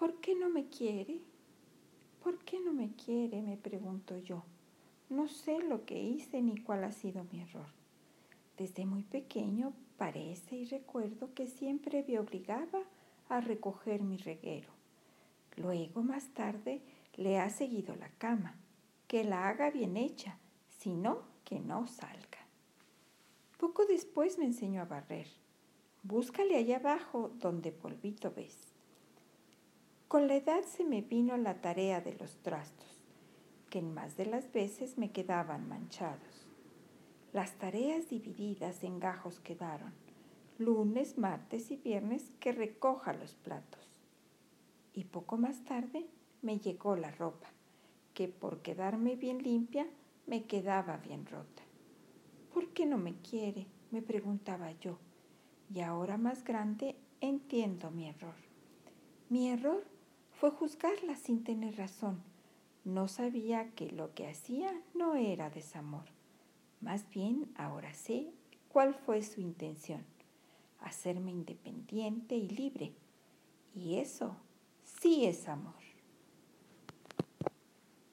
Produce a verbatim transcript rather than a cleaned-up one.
¿Por qué no me quiere? ¿Por qué no me quiere?, me pregunto yo. No sé lo que hice ni cuál ha sido mi error. Desde muy pequeño parece y recuerdo que siempre me obligaba a recoger mi reguero. Luego, más tarde, le ha seguido la cama. Que la haga bien hecha, si no, que no salga. Poco después me enseñó a barrer. Búscale allá abajo donde polvito ves. Con la edad se me vino la tarea de los trastos, que en más de las veces me quedaban manchados. Las tareas divididas en gajos quedaron, lunes, martes y viernes que recoja los platos. Y poco más tarde me llegó la ropa, que por quedarme bien limpia me quedaba bien rota. ¿Por qué no me quiere?, me preguntaba yo, y ahora más grande entiendo mi error. Mi error fue juzgarla sin tener razón. No sabía que lo que hacía no era desamor. Más bien ahora sé cuál fue su intención: hacerme independiente y libre. Y eso sí es amor.